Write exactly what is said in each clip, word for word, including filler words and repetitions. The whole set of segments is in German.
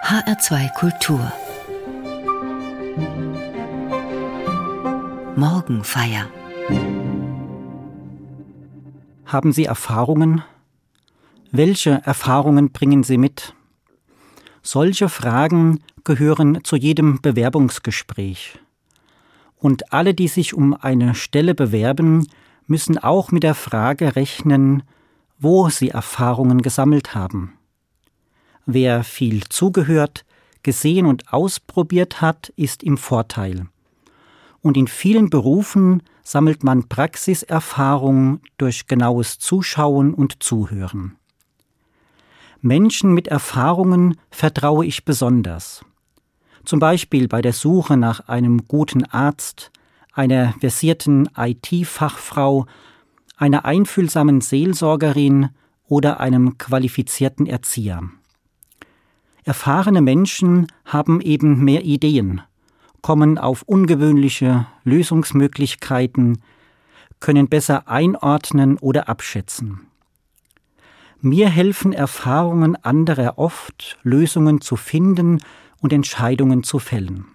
H R zwei Kultur Morgenfeier. Haben Sie Erfahrungen? Welche Erfahrungen bringen Sie mit? Solche Fragen gehören zu jedem Bewerbungsgespräch. Und alle, die sich um eine Stelle bewerben, müssen auch mit der Frage rechnen, wo sie Erfahrungen gesammelt haben. Wer viel zugehört, gesehen und ausprobiert hat, ist im Vorteil. Und in vielen Berufen sammelt man Praxiserfahrung durch genaues Zuschauen und Zuhören. Menschen mit Erfahrungen vertraue ich besonders. Zum Beispiel bei der Suche nach einem guten Arzt, einer versierten I T-Fachfrau, einer einfühlsamen Seelsorgerin oder einem qualifizierten Erzieher. Erfahrene Menschen haben eben mehr Ideen, kommen auf ungewöhnliche Lösungsmöglichkeiten, können besser einordnen oder abschätzen. Mir helfen Erfahrungen anderer oft, Lösungen zu finden und Entscheidungen zu fällen.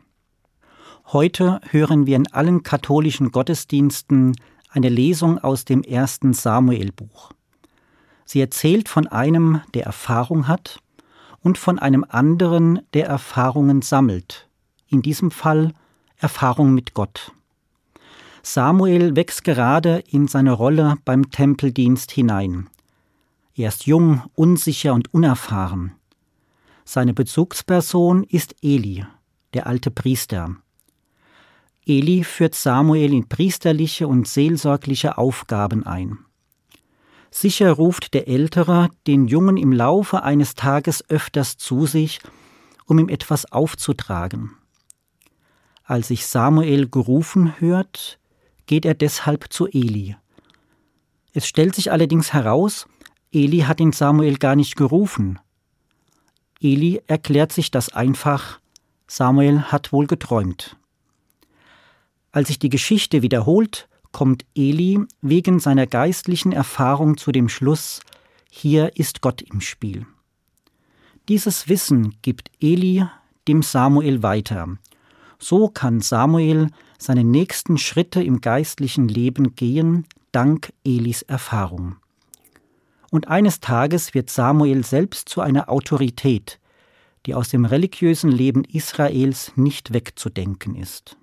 Heute hören wir in allen katholischen Gottesdiensten eine Lesung aus dem ersten Samuel-Buch. Sie erzählt von einem, der Erfahrung hat, und von einem anderen, der Erfahrungen sammelt. In diesem Fall Erfahrung mit Gott. Samuel wächst gerade in seine Rolle beim Tempeldienst hinein. Er ist jung, unsicher und unerfahren. Seine Bezugsperson ist Eli, der alte Priester. Eli führt Samuel in priesterliche und seelsorgliche Aufgaben ein. Sicher ruft der Ältere den Jungen im Laufe eines Tages öfters zu sich, um ihm etwas aufzutragen. Als sich Samuel gerufen hört, geht er deshalb zu Eli. Es stellt sich allerdings heraus, Eli hat ihn Samuel gar nicht gerufen. Eli erklärt sich das einfach, Samuel hat wohl geträumt. Als sich die Geschichte wiederholt, kommt Eli wegen seiner geistlichen Erfahrung zu dem Schluss, hier ist Gott im Spiel. Dieses Wissen gibt Eli dem Samuel weiter. So kann Samuel seine nächsten Schritte im geistlichen Leben gehen, dank Elis Erfahrung. Und eines Tages wird Samuel selbst zu einer Autorität, die aus dem religiösen Leben Israels nicht wegzudenken ist.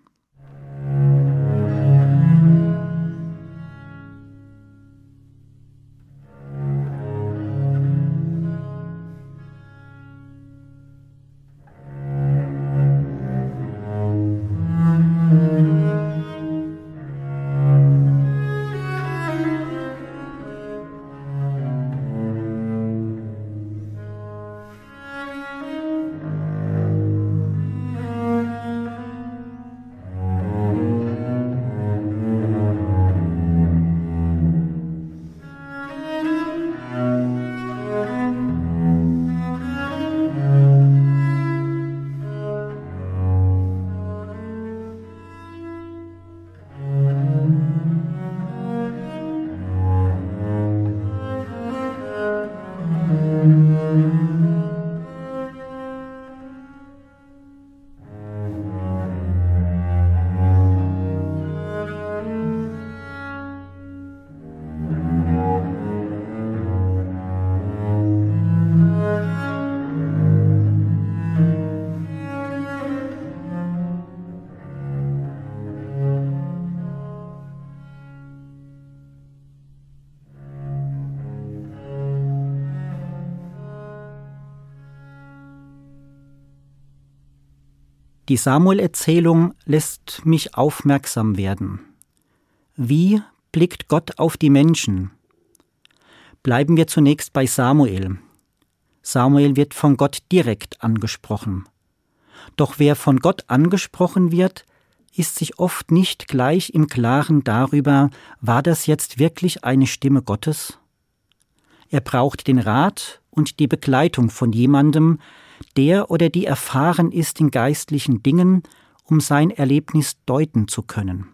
Die Samuel-Erzählung lässt mich aufmerksam werden. Wie blickt Gott auf die Menschen? Bleiben wir zunächst bei Samuel. Samuel wird von Gott direkt angesprochen. Doch wer von Gott angesprochen wird, ist sich oft nicht gleich im Klaren darüber, war das jetzt wirklich eine Stimme Gottes? Er braucht den Rat und die Begleitung von jemandem, der oder die erfahren ist in geistlichen Dingen, um sein Erlebnis deuten zu können.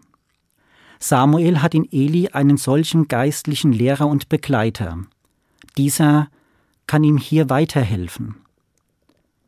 Samuel hat in Eli einen solchen geistlichen Lehrer und Begleiter. Dieser kann ihm hier weiterhelfen.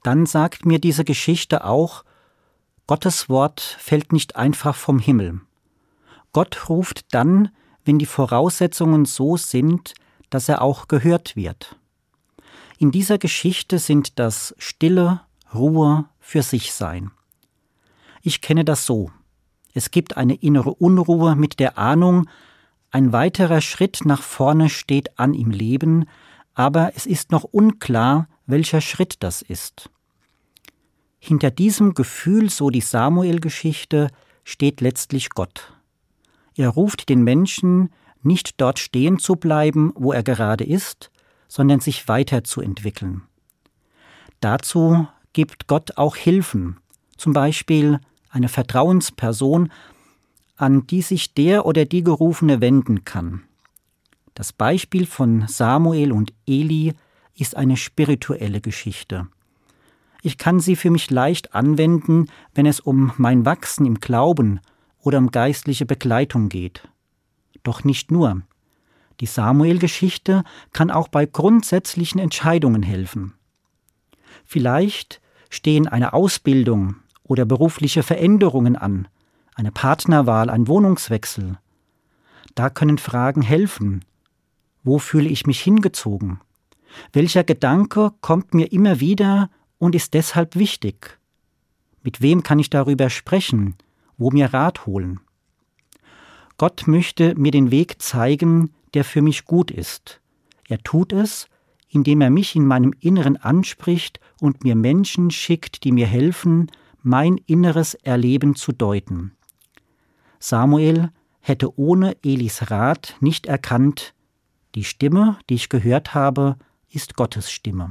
dann sagt mir diese Geschichte auch, Gottes Wort fällt nicht einfach vom Himmel. Gott ruft dann, wenn die Voraussetzungen so sind, dass er auch gehört wird. In dieser Geschichte sind das Stille, Ruhe, für sich sein. Ich kenne das so. Es gibt eine innere Unruhe mit der Ahnung, ein weiterer Schritt nach vorne steht an im Leben, aber es ist noch unklar, welcher Schritt das ist. Hinter diesem Gefühl, so die Samuel-Geschichte, steht letztlich Gott. Er ruft den Menschen, nicht dort stehen zu bleiben, wo er gerade ist, sondern sich weiterzuentwickeln. Dazu gibt Gott auch Hilfen, zum Beispiel eine Vertrauensperson, an die sich der oder die Gerufene wenden kann. Das Beispiel von Samuel und Eli ist eine spirituelle Geschichte. Ich kann sie für mich leicht anwenden, wenn es um mein Wachsen im Glauben oder um geistliche Begleitung geht. Doch nicht nur. Die Samuel-Geschichte kann auch bei grundsätzlichen Entscheidungen helfen. Vielleicht stehen eine Ausbildung oder berufliche Veränderungen an, eine Partnerwahl, ein Wohnungswechsel. Da können Fragen helfen. Wo fühle ich mich hingezogen? Welcher Gedanke kommt mir immer wieder und ist deshalb wichtig? Mit wem kann ich darüber sprechen, wo mir Rat holen? Gott möchte mir den Weg zeigen, der für mich gut ist. Er tut es, indem er mich in meinem Inneren anspricht und mir Menschen schickt, die mir helfen, mein inneres Erleben zu deuten. Samuel hätte ohne Elis Rat nicht erkannt, die Stimme, die ich gehört habe, ist Gottes Stimme.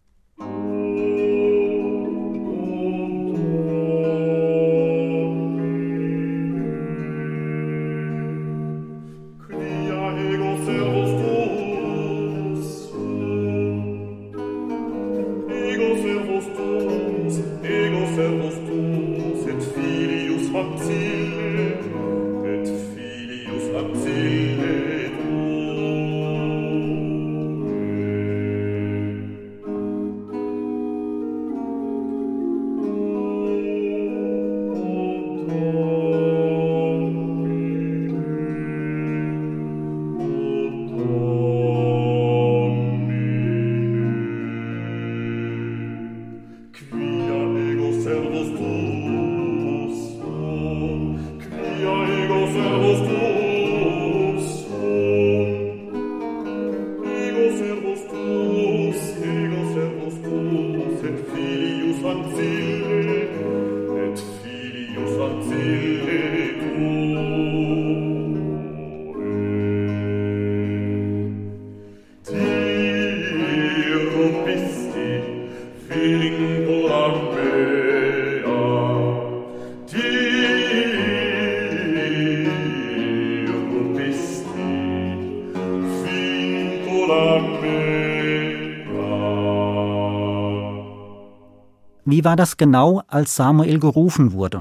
Wie war das genau, als Samuel gerufen wurde?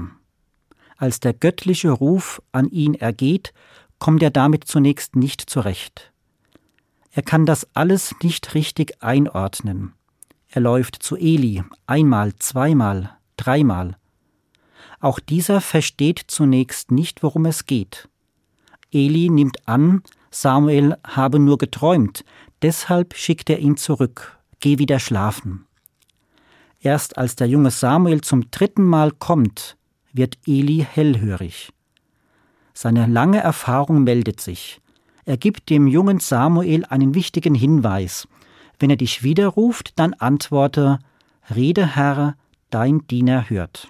Als der göttliche Ruf an ihn ergeht, kommt er damit zunächst nicht zurecht. Er kann das alles nicht richtig einordnen. Er läuft zu Eli, einmal, zweimal, dreimal. Auch dieser versteht zunächst nicht, worum es geht. Eli nimmt an, Samuel habe nur geträumt, deshalb schickt er ihn zurück, geh wieder schlafen. Erst als der junge Samuel zum dritten Mal kommt, wird Eli hellhörig. Seine lange Erfahrung meldet sich. Er gibt dem jungen Samuel einen wichtigen Hinweis. Wenn er dich widerruft, dann antworte, Rede, Herr, dein Diener hört.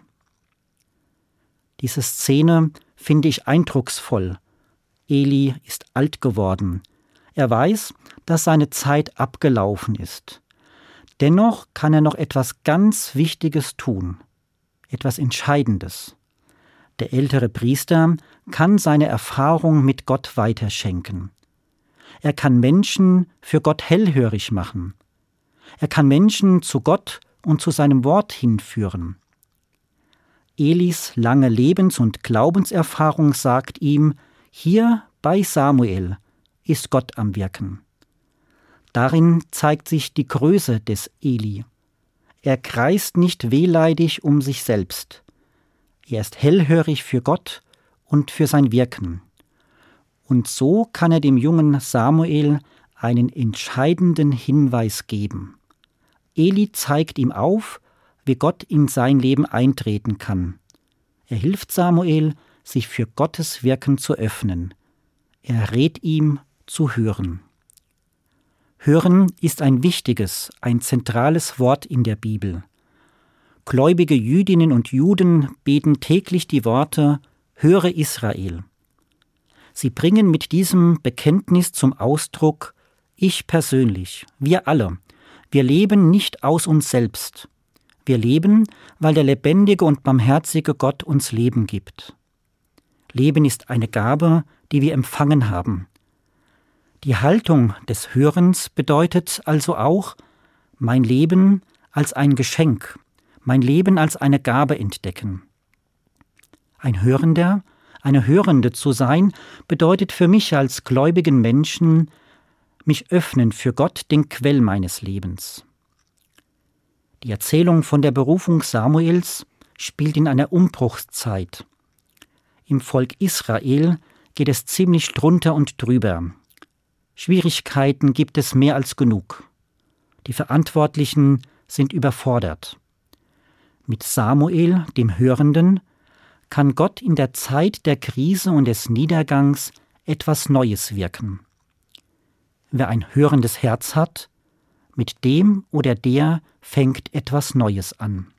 Diese Szene finde ich eindrucksvoll. Eli ist alt geworden. Er weiß, dass seine Zeit abgelaufen ist. Dennoch kann er noch etwas ganz Wichtiges tun, etwas Entscheidendes. Der ältere Priester kann seine Erfahrung mit Gott weiterschenken. Er kann Menschen für Gott hellhörig machen. Er kann Menschen zu Gott und zu seinem Wort hinführen. Elis lange Lebens- und Glaubenserfahrung sagt ihm, hier bei Samuel ist Gott am Wirken. Darin zeigt sich die Größe des Eli. Er kreist nicht wehleidig um sich selbst. Er ist hellhörig für Gott und für sein Wirken. Und so kann er dem jungen Samuel einen entscheidenden Hinweis geben. Eli zeigt ihm auf, wie Gott in sein Leben eintreten kann. Er hilft Samuel, sich für Gottes Wirken zu öffnen. Er rät ihm zu hören. Hören ist ein wichtiges, ein zentrales Wort in der Bibel. Gläubige Jüdinnen und Juden beten täglich die Worte »Höre Israel«. Sie bringen mit diesem Bekenntnis zum Ausdruck, ich persönlich, wir alle, wir leben nicht aus uns selbst. Wir leben, weil der lebendige und barmherzige Gott uns Leben gibt. Leben ist eine Gabe, die wir empfangen haben. Die Haltung des Hörens bedeutet also auch, mein Leben als ein Geschenk, mein Leben als eine Gabe entdecken. Ein Hörender, eine Hörende zu sein, bedeutet für mich als gläubigen Menschen, mich öffnen für Gott, den Quell meines Lebens. Die Erzählung von der Berufung Samuels spielt in einer Umbruchszeit. Im Volk Israel geht es ziemlich drunter und drüber. Schwierigkeiten gibt es mehr als genug. Die Verantwortlichen sind überfordert. Mit Samuel, dem Hörenden, kann Gott in der Zeit der Krise und des Niedergangs etwas Neues wirken. Wer ein hörendes Herz hat, mit dem oder der fängt etwas Neues an.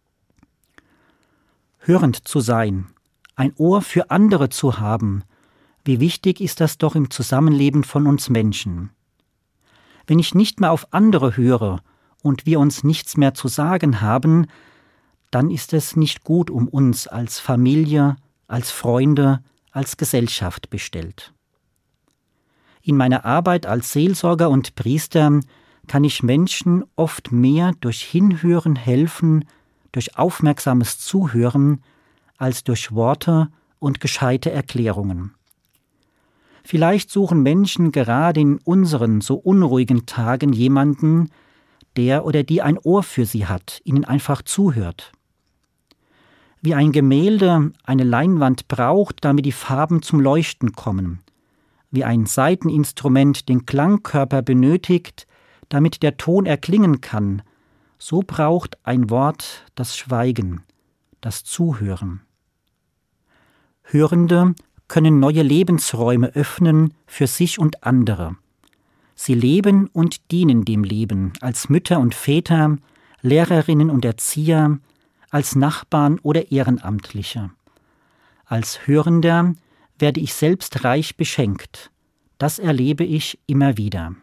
Hörend zu sein, ein Ohr für andere zu haben, wie wichtig ist das doch im Zusammenleben von uns Menschen. Wenn ich nicht mehr auf andere höre und wir uns nichts mehr zu sagen haben, dann ist es nicht gut um uns als Familie, als Freunde, als Gesellschaft bestellt. In meiner Arbeit als Seelsorger und Priester kann ich Menschen oft mehr durch Hinhören helfen, durch aufmerksames Zuhören, als durch Worte und gescheite Erklärungen. Vielleicht suchen Menschen gerade in unseren so unruhigen Tagen jemanden, der oder die ein Ohr für sie hat, ihnen einfach zuhört. Wie ein Gemälde eine Leinwand braucht, damit die Farben zum Leuchten kommen. Wie ein Saiteninstrument den Klangkörper benötigt, damit der Ton erklingen kann, so braucht ein Wort das Schweigen, das Zuhören. Hörende können neue Lebensräume öffnen für sich und andere. Sie leben und dienen dem Leben als Mütter und Väter, Lehrerinnen und Erzieher, als Nachbarn oder Ehrenamtliche. Als Hörender werde ich selbst reich beschenkt. Das erlebe ich immer wieder.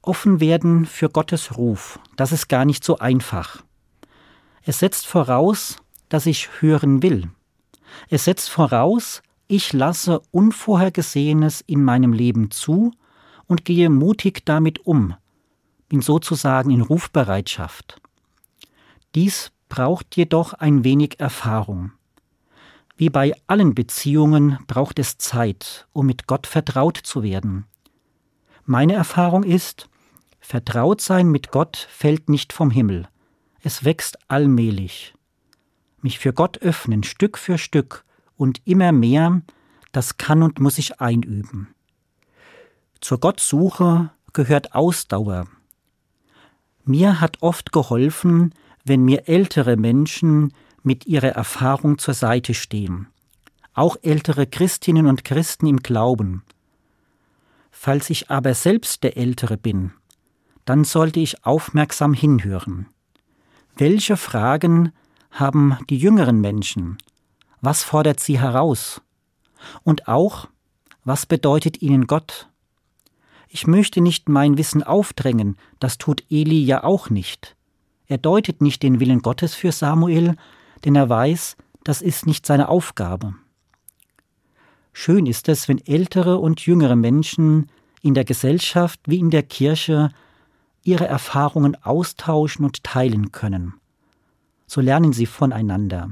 Offen werden für Gottes Ruf, das ist gar nicht so einfach. Es setzt voraus, dass ich hören will. Es setzt voraus, ich lasse Unvorhergesehenes in meinem Leben zu und gehe mutig damit um, bin sozusagen in Rufbereitschaft. Dies braucht jedoch ein wenig Erfahrung. Wie bei allen Beziehungen braucht es Zeit, um mit Gott vertraut zu werden. Meine Erfahrung ist, Vertrautsein mit Gott fällt nicht vom Himmel. Es wächst allmählich. Mich für Gott öffnen, Stück für Stück und immer mehr, das kann und muss ich einüben. Zur Gottsuche gehört Ausdauer. Mir hat oft geholfen, wenn mir ältere Menschen mit ihrer Erfahrung zur Seite stehen. Auch ältere Christinnen und Christen im Glauben. Falls ich aber selbst der Ältere bin, dann sollte ich aufmerksam hinhören. Welche Fragen haben die jüngeren Menschen? Was fordert sie heraus? Und auch, was bedeutet ihnen Gott? Ich möchte nicht mein Wissen aufdrängen, das tut Eli ja auch nicht. Er deutet nicht den Willen Gottes für Samuel, denn er weiß, das ist nicht seine Aufgabe. Schön ist es, wenn ältere und jüngere Menschen in der Gesellschaft wie in der Kirche ihre Erfahrungen austauschen und teilen können. So lernen sie voneinander.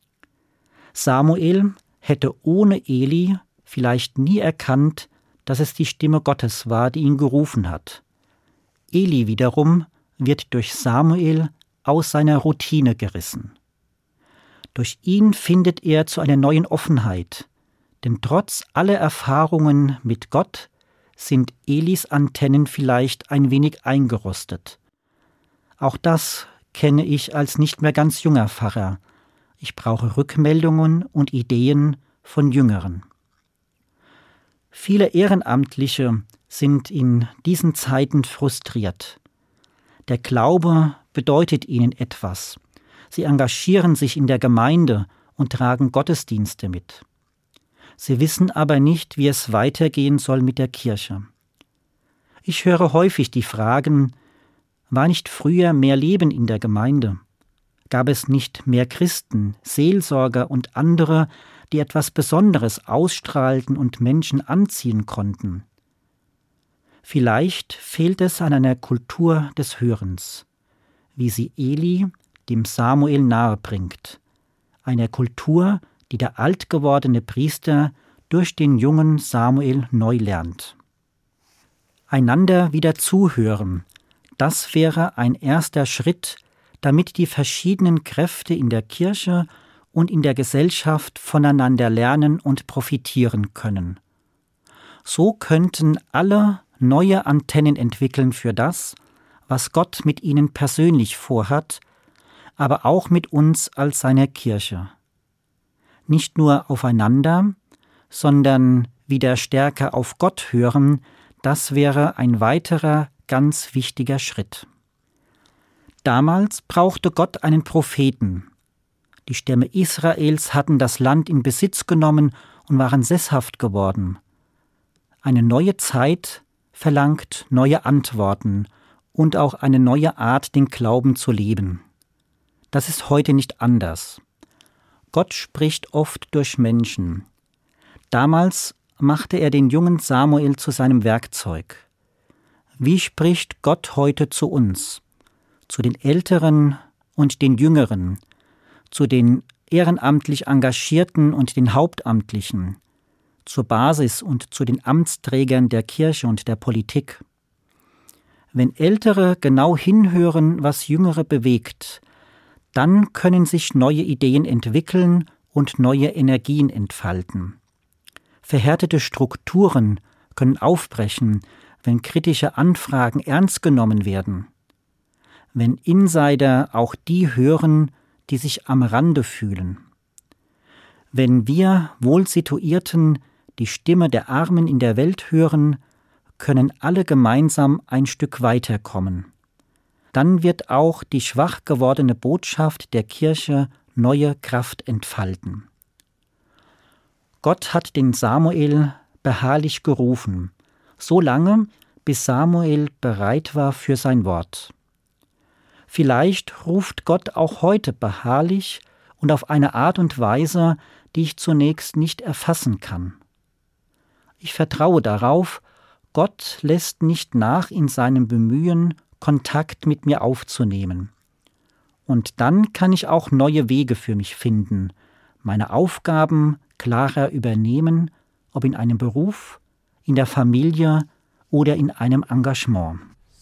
Samuel hätte ohne Eli vielleicht nie erkannt, dass es die Stimme Gottes war, die ihn gerufen hat. Eli wiederum wird durch Samuel aus seiner Routine gerissen. Durch ihn findet er zu einer neuen Offenheit, denn trotz aller Erfahrungen mit Gott sind Elis Antennen vielleicht ein wenig eingerostet. Auch das kenne ich als nicht mehr ganz junger Pfarrer. Ich brauche Rückmeldungen und Ideen von Jüngeren. Viele Ehrenamtliche sind in diesen Zeiten frustriert. Der Glaube bedeutet ihnen etwas. Sie engagieren sich in der Gemeinde und tragen Gottesdienste mit. Sie wissen aber nicht, wie es weitergehen soll mit der Kirche. Ich höre häufig die Fragen: War nicht früher mehr Leben in der Gemeinde? Gab es nicht mehr Christen, Seelsorger und andere, die etwas Besonderes ausstrahlten und Menschen anziehen konnten? Vielleicht fehlt es an einer Kultur des Hörens, wie sie Eli dem Samuel nahebringt, einer Kultur, die der alt gewordene Priester durch den jungen Samuel neu lernt. Einander wieder zuhören, das wäre ein erster Schritt, damit die verschiedenen Kräfte in der Kirche und in der Gesellschaft voneinander lernen und profitieren können. So könnten alle neue Antennen entwickeln für das, was Gott mit ihnen persönlich vorhat, aber auch mit uns als seiner Kirche. Nicht nur aufeinander, sondern wieder stärker auf Gott hören, das wäre ein weiterer ganz wichtiger Schritt. Damals brauchte Gott einen Propheten. Die Stämme Israels hatten das Land in Besitz genommen und waren sesshaft geworden. Eine neue Zeit verlangt neue Antworten und auch eine neue Art, den Glauben zu leben. Das ist heute nicht anders. Gott spricht oft durch Menschen. Damals machte er den jungen Samuel zu seinem Werkzeug. Wie spricht Gott heute zu uns, zu den Älteren und den Jüngeren, zu den ehrenamtlich Engagierten und den Hauptamtlichen, zur Basis und zu den Amtsträgern der Kirche und der Politik? Wenn Ältere genau hinhören, was Jüngere bewegt, dann können sich neue Ideen entwickeln und neue Energien entfalten. Verhärtete Strukturen können aufbrechen, wenn kritische Anfragen ernst genommen werden. Wenn Insider auch die hören, die sich am Rande fühlen. Wenn wir Wohlsituierten die Stimme der Armen in der Welt hören, können alle gemeinsam ein Stück weiterkommen. Dann wird auch die schwach gewordene Botschaft der Kirche neue Kraft entfalten. Gott hat den Samuel beharrlich gerufen, so lange, bis Samuel bereit war für sein Wort. Vielleicht ruft Gott auch heute beharrlich und auf eine Art und Weise, die ich zunächst nicht erfassen kann. Ich vertraue darauf, Gott lässt nicht nach in seinem Bemühen, Kontakt mit mir aufzunehmen. Und dann kann ich auch neue Wege für mich finden, meine Aufgaben klarer übernehmen, ob in einem Beruf, in der Familie oder in einem Engagement.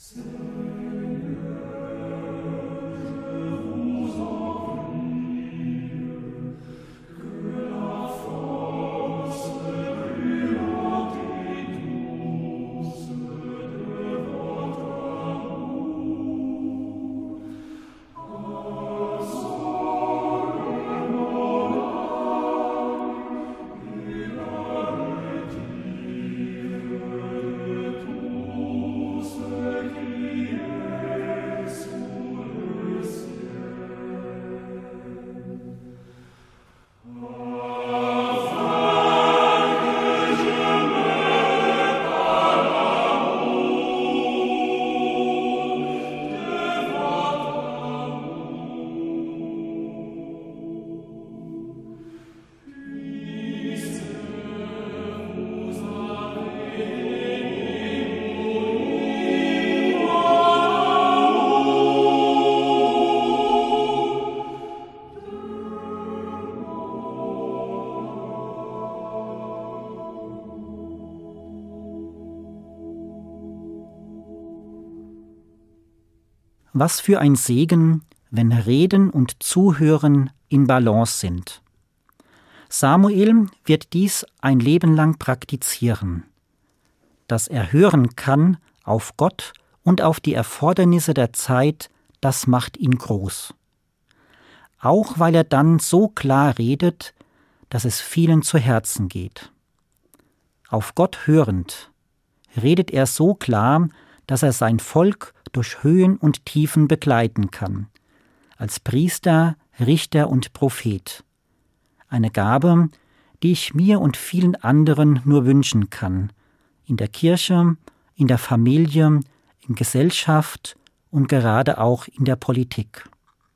Was für ein Segen, wenn Reden und Zuhören in Balance sind. Samuel wird dies ein Leben lang praktizieren. Dass er hören kann auf Gott und auf die Erfordernisse der Zeit, das macht ihn groß. Auch weil er dann so klar redet, dass es vielen zu Herzen geht. Auf Gott hörend redet er so klar, dass er sein Volk durch Höhen und Tiefen begleiten kann, als Priester, Richter und Prophet. Eine Gabe, die ich mir und vielen anderen nur wünschen kann, in der Kirche, in der Familie, in Gesellschaft und gerade auch in der Politik.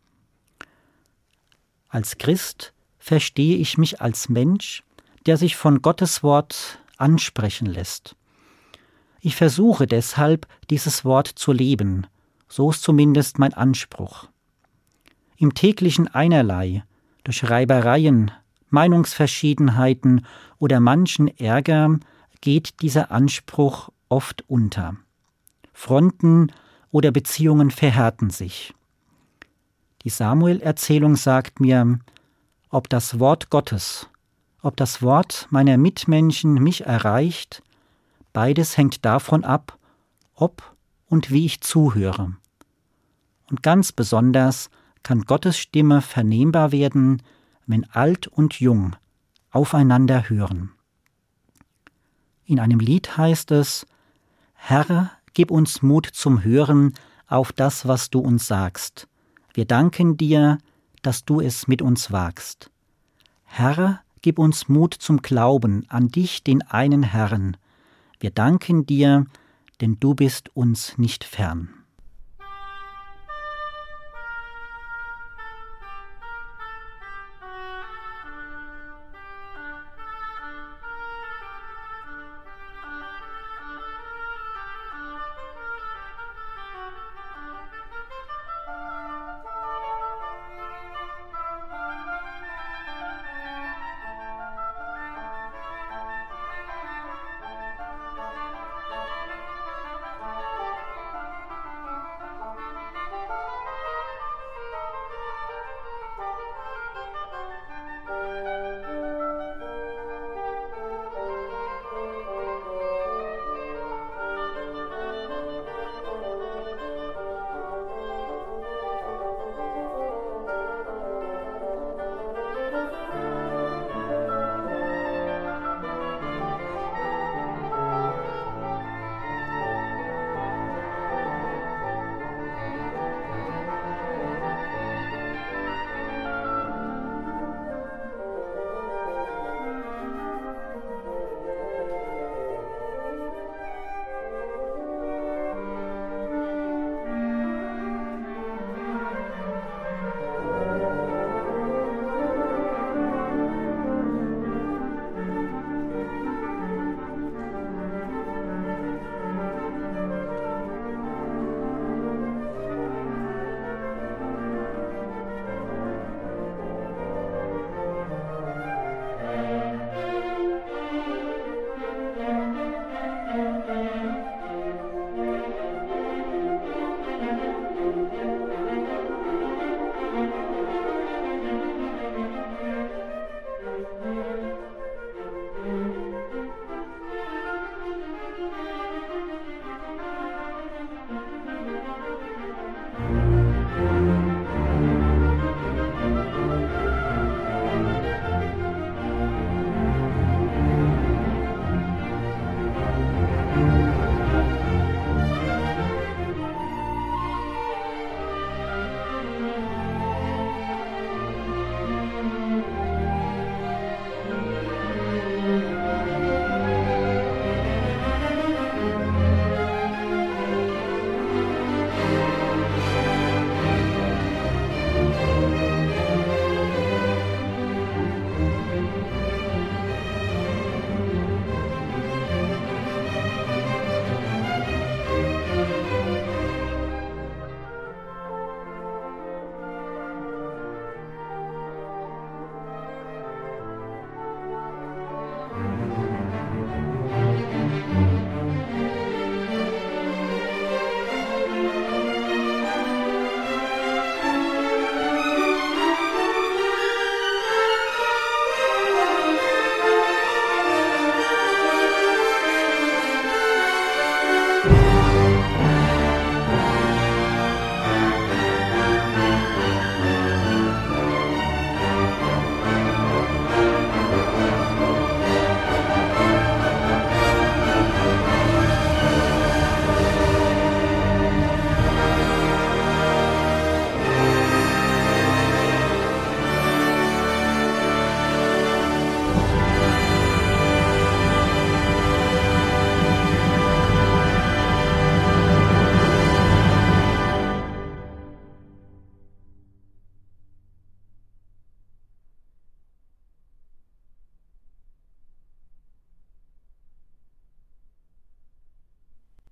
Als Christ verstehe ich mich als Mensch, der sich von Gottes Wort ansprechen lässt. Ich versuche deshalb, dieses Wort zu leben, so ist zumindest mein Anspruch. Im täglichen Einerlei, durch Reibereien, Meinungsverschiedenheiten oder manchen Ärger geht dieser Anspruch oft unter. Fronten oder Beziehungen verhärten sich. Die Samuel-Erzählung sagt mir, ob das Wort Gottes, ob das Wort meiner Mitmenschen mich erreicht, beides hängt davon ab, ob und wie ich zuhöre. Und ganz besonders kann Gottes Stimme vernehmbar werden, wenn alt und jung aufeinander hören. In einem Lied heißt es: Herr, gib uns Mut zum Hören auf das, was du uns sagst. Wir danken dir, dass du es mit uns wagst. Herr, gib uns Mut zum Glauben an dich, den einen Herrn. Wir danken dir, denn du bist uns nicht fern.